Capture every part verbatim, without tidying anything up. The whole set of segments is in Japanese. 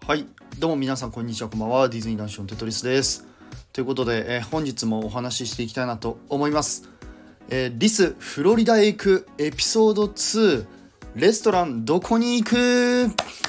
はい、どうも皆さんこんにちは、こんばんは。ディズニー男子のテトリスです。ということで、えー本日もお話ししていきたいなと思います。えーリスフロリダへ行くエピソードツー、レストランどこに行く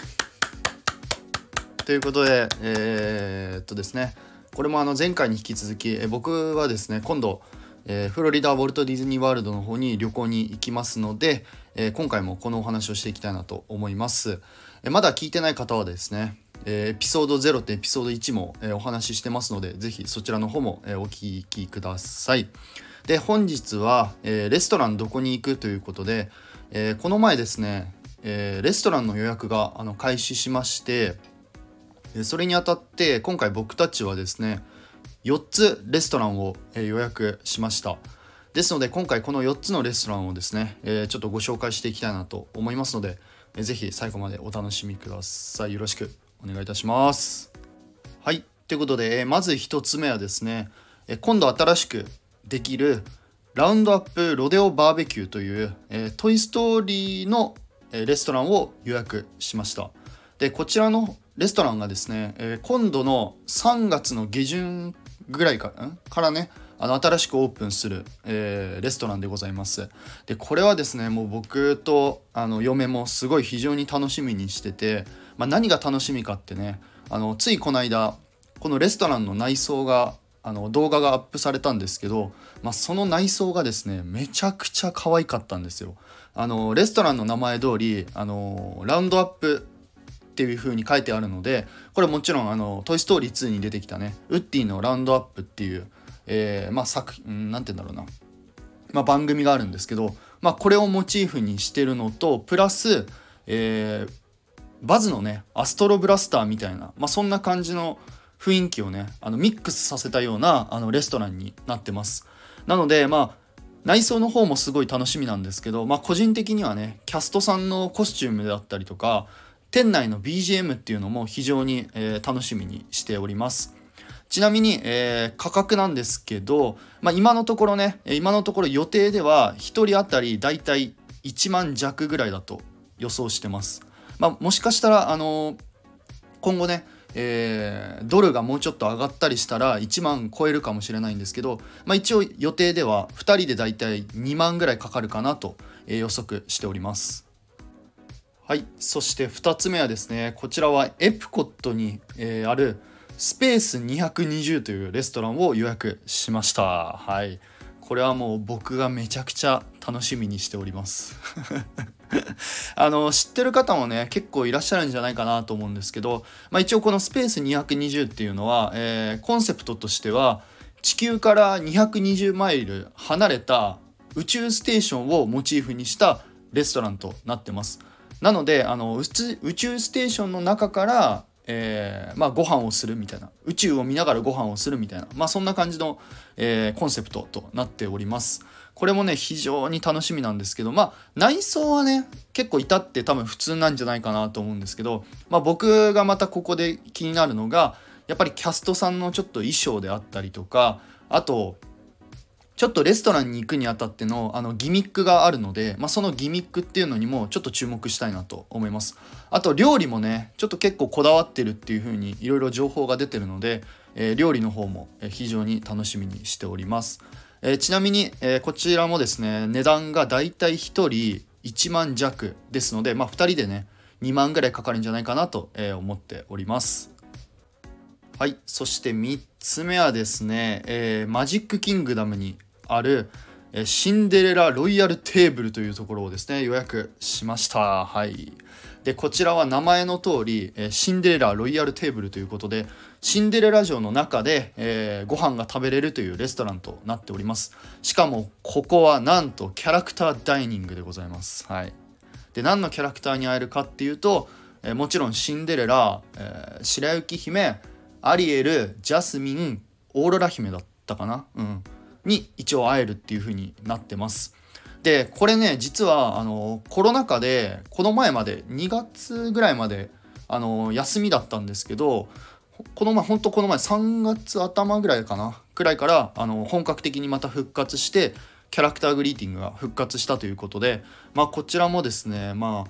ということで、えー、っとですねこれもあの前回に引き続き、えー僕はですね今度、えーフロリダウォルト・ディズニー・ワールドの方に旅行に行きますので、えー今回もこのお話をしていきたいなと思います。えーまだ聞いてない方はですね、えーエピソードゼロとエピソードいちも、えーお話ししてますので、ぜひそちらの方も、えーお聞きください。で、本日は、えーレストランどこに行くということで、えーこの前ですね、えーレストランの予約があの開始しまして、えーそれにあたって今回僕たちはですねよっつレストランを、えー予約しました。ですので今回このよっつのレストランをですね、えーちょっとご紹介していきたいなと思いますので、えーぜひ最後までお楽しみください。よろしくお願いいたします。はい、ということで、えーまずひとつめはですね、えー今度新しくできるラウンドアップロデオバーベキューという、えートイストーリーの、えーレストランを予約しました。で、こちらのレストランがですね、えー今度のさんがつの下旬ぐらいかんからね、あの新しくオープンする、えーレストランでございます。で、これはですね、もう僕とあの嫁もすごい非常に楽しみにしてて、まあ、何が楽しみかってね、あのついこの間このレストランの内装があの動画がアップされたんですけど、まあ、その内装がですねめちゃくちゃ可愛かったんですよ。あのレストランの名前通りあのラウンドアップっていう風に書いてあるので、これもちろんあのトイストーリーツーに出てきたねウッディのラウンドアップっていう、えー、まあ作品なんて言うんだろうな、まあ、番組があるんですけど、まあ、これをモチーフにしてるのとプラス、えーバズのねアストロブラスターみたいな、まあ、そんな感じの雰囲気をねあのミックスさせたようなあのレストランになってます。なのでまあ内装の方もすごい楽しみなんですけど、まあ、個人的にはねキャストさんのコスチュームであったりとか店内の ビージーエム っていうのも非常に、えー楽しみにしております。ちなみに、えー価格なんですけど、まあ、今のところね今のところ予定ではひとり当たりだいたいいちまん弱ぐらいだと予想してます。まあ、もしかしたら、あのー今後ね、えードルがもうちょっと上がったりしたらいちまん超えるかもしれないんですけど、まあ、一応予定ではふたりでだいたいにまんぐらいかかるかなと、えー予測しております。はい、そしてふたつめはですね、こちらはエプコットに、えーあるスペースにひゃくにじゅうというレストランを予約しました。はい、これはもう僕がめちゃくちゃ楽しみにしておりますあの知ってる方もね結構いらっしゃるんじゃないかなと思うんですけど、まあ、一応このスペースにひゃくにじゅうっていうのは、えーコンセプトとしては地球からにひゃくにじゅうマイル離れた宇宙ステーションをモチーフにしたレストランとなってます。なのであの宇宙宇宙ステーションの中から、えーまあ、ご飯をするみたいな、宇宙を見ながらご飯をするみたいな、まあ、そんな感じの、えーコンセプトとなっております。これもね非常に楽しみなんですけど、まあ内装はね結構至って多分普通なんじゃないかなと思うんですけど、まあ、僕がまたここで気になるのがやっぱりキャストさんのちょっと衣装であったりとか、あとちょっとレストランに行くにあたってのあのギミックがあるので、まあ、そのギミックっていうのにもちょっと注目したいなと思います。あと料理もねちょっと結構こだわってるっていう風にいろいろ情報が出てるので、えー料理の方もえー非常に楽しみにしております。えーちなみに、えーこちらもですね値段がだいたいひとりいちまん弱ですので、まあ、ふたりでねにまんぐらいかかるんじゃないかなと、えー思っております。はい、そしてみっつめはですね、えーマジックキングダムにある、えーシンデレラロイヤルテーブルというところをですね予約しました。はい。でこちらは名前の通り、えーシンデレラロイヤルテーブルということでシンデレラ城の中で、えーご飯が食べれるというレストランとなっております。しかもここはなんとキャラクターダイニングでございます。はい。で何のキャラクターに会えるかっていうと、えーもちろんシンデレラ、えー白雪姫、アリエル、ジャスミン、オーロラ姫だったかな、うん、に一応会えるっていう風になってます。でこれね実はあのコロナ禍でこの前までにがつぐらいまであの休みだったんですけど、この前ほんとこの前さんがつ頭ぐらいかなくらいからあの本格的にまた復活してキャラクターグリーティングが復活したということで、まあこちらもですねまあ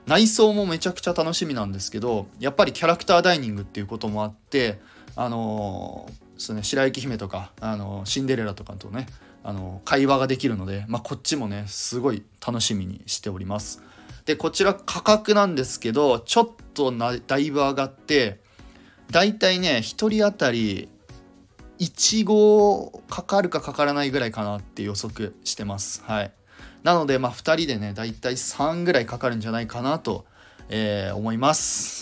内装もめちゃくちゃ楽しみなんですけど、やっぱりキャラクターダイニングっていうこともあって、あのーそうね、白雪姫とか、あのーシンデレラとかとね、あのー会話ができるので、まあ、こっちもねすごい楽しみにしております。でこちら価格なんですけど、ちょっとなだいぶ上がって、だいたいねひとり当たりいちごかかるかかからないぐらいかなって予測してます。はい。なのでまあふたりでねだいたいさんぐらいかかるんじゃないかなと、えー思います。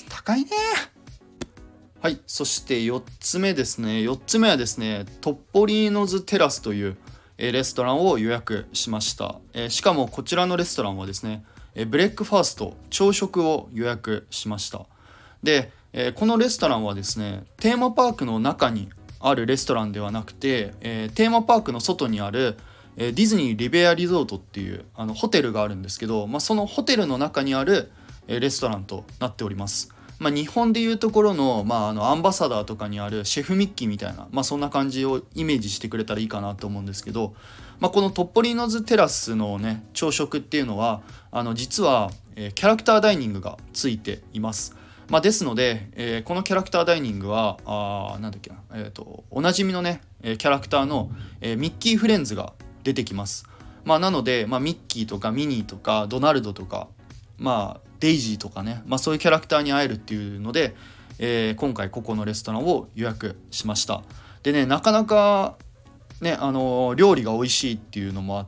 高いね。はい。そしてよっつめですね。よっつめはですね、トッポリーノズテラスというえーレストランを予約しました。えーしかもこちらのレストランはですね、えーブレックファースト朝食を予約しました。で、えーこのレストランはですね、テーマパークの中にあるレストランではなくて、えーテーマパークの外にある、えーディズニーリベアリゾートっていうあのホテルがあるんですけど、まあ、そのホテルの中にある、えーレストランとなっております。まあ、日本でいうところの、まあ、あのアンバサダーとかにあるシェフミッキーみたいな、まあ、そんな感じをイメージしてくれたらいいかなと思うんですけど、まあ、このトッポリノズテラスのね朝食っていうのはあの実は、えーキャラクターダイニングがついています。まあ、ですので、えーこのキャラクターダイニングはあーなんだっけな、えーとおなじみのねえーキャラクターの、えーミッキーフレンズが出てきます。まあ、なので、まあ、ミッキーとかミニーとかドナルドとか、まあ、デイジーとかね、まあ、そういうキャラクターに会えるっていうので、えー今回ここのレストランを予約しました。でね、なかなかね、あのー料理が美味しいっていうのもあって、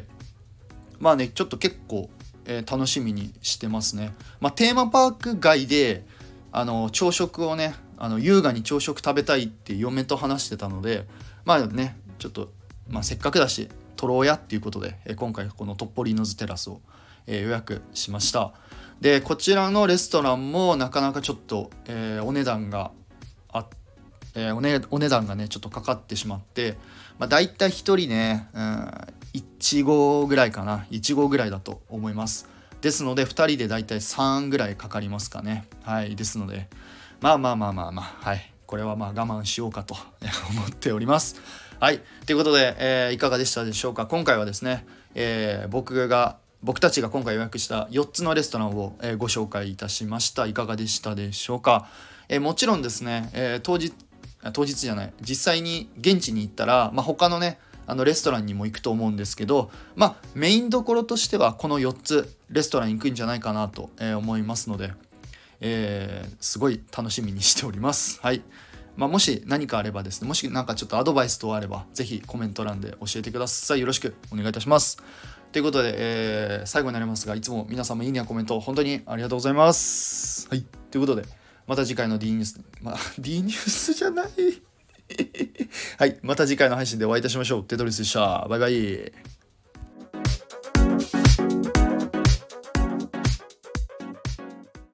まあねちょっと結構、えー楽しみにしてますね。まあ、テーマパーク外であの朝食をねあの優雅に朝食食べたいって嫁と話してたので、まあねちょっと、まあ、せっかくだし取ろうやっていうことで、えー今回このトッポリーノズテラスを、えー予約しました。でこちらのレストランもなかなかちょっと、えーお値段があえーおね、お値段がねちょっとかかってしまって、まあ、だいたいひとりね、うん、いちごぐらいかな、いちごぐらいだと思います。ですのでふたりでだいたいさんぐらいかかりますかね。はい。ですのでまあまあまあまあまあ、はい、これはまあ我慢しようかと思っております。はい。ということで、えーいかがでしたでしょうか。今回はですね、えー僕が僕たちが今回予約したよっつのレストランを、えーご紹介いたしました。いかがでしたでしょうか。えーもちろんですね、えー当日当日じゃない実際に現地に行ったら、まあ、他のねあのレストランにも行くと思うんですけど、まあメインどころとしてはこのよっつレストラン行くんじゃないかなと、えー思いますので、えーすごい楽しみにしております。はい。まあ、もし何かあればですね、もし何かちょっとアドバイス等あればぜひコメント欄で教えてください。よろしくお願いいたします。ということで、えー最後になりますが、いつも皆様いいねやコメント本当にありがとうございます。はい。ということでまた次回の D ニュース、まあ D ニュースじゃないはい、また次回の配信でお会いいたしましょう。テトリスでした。バイバイ。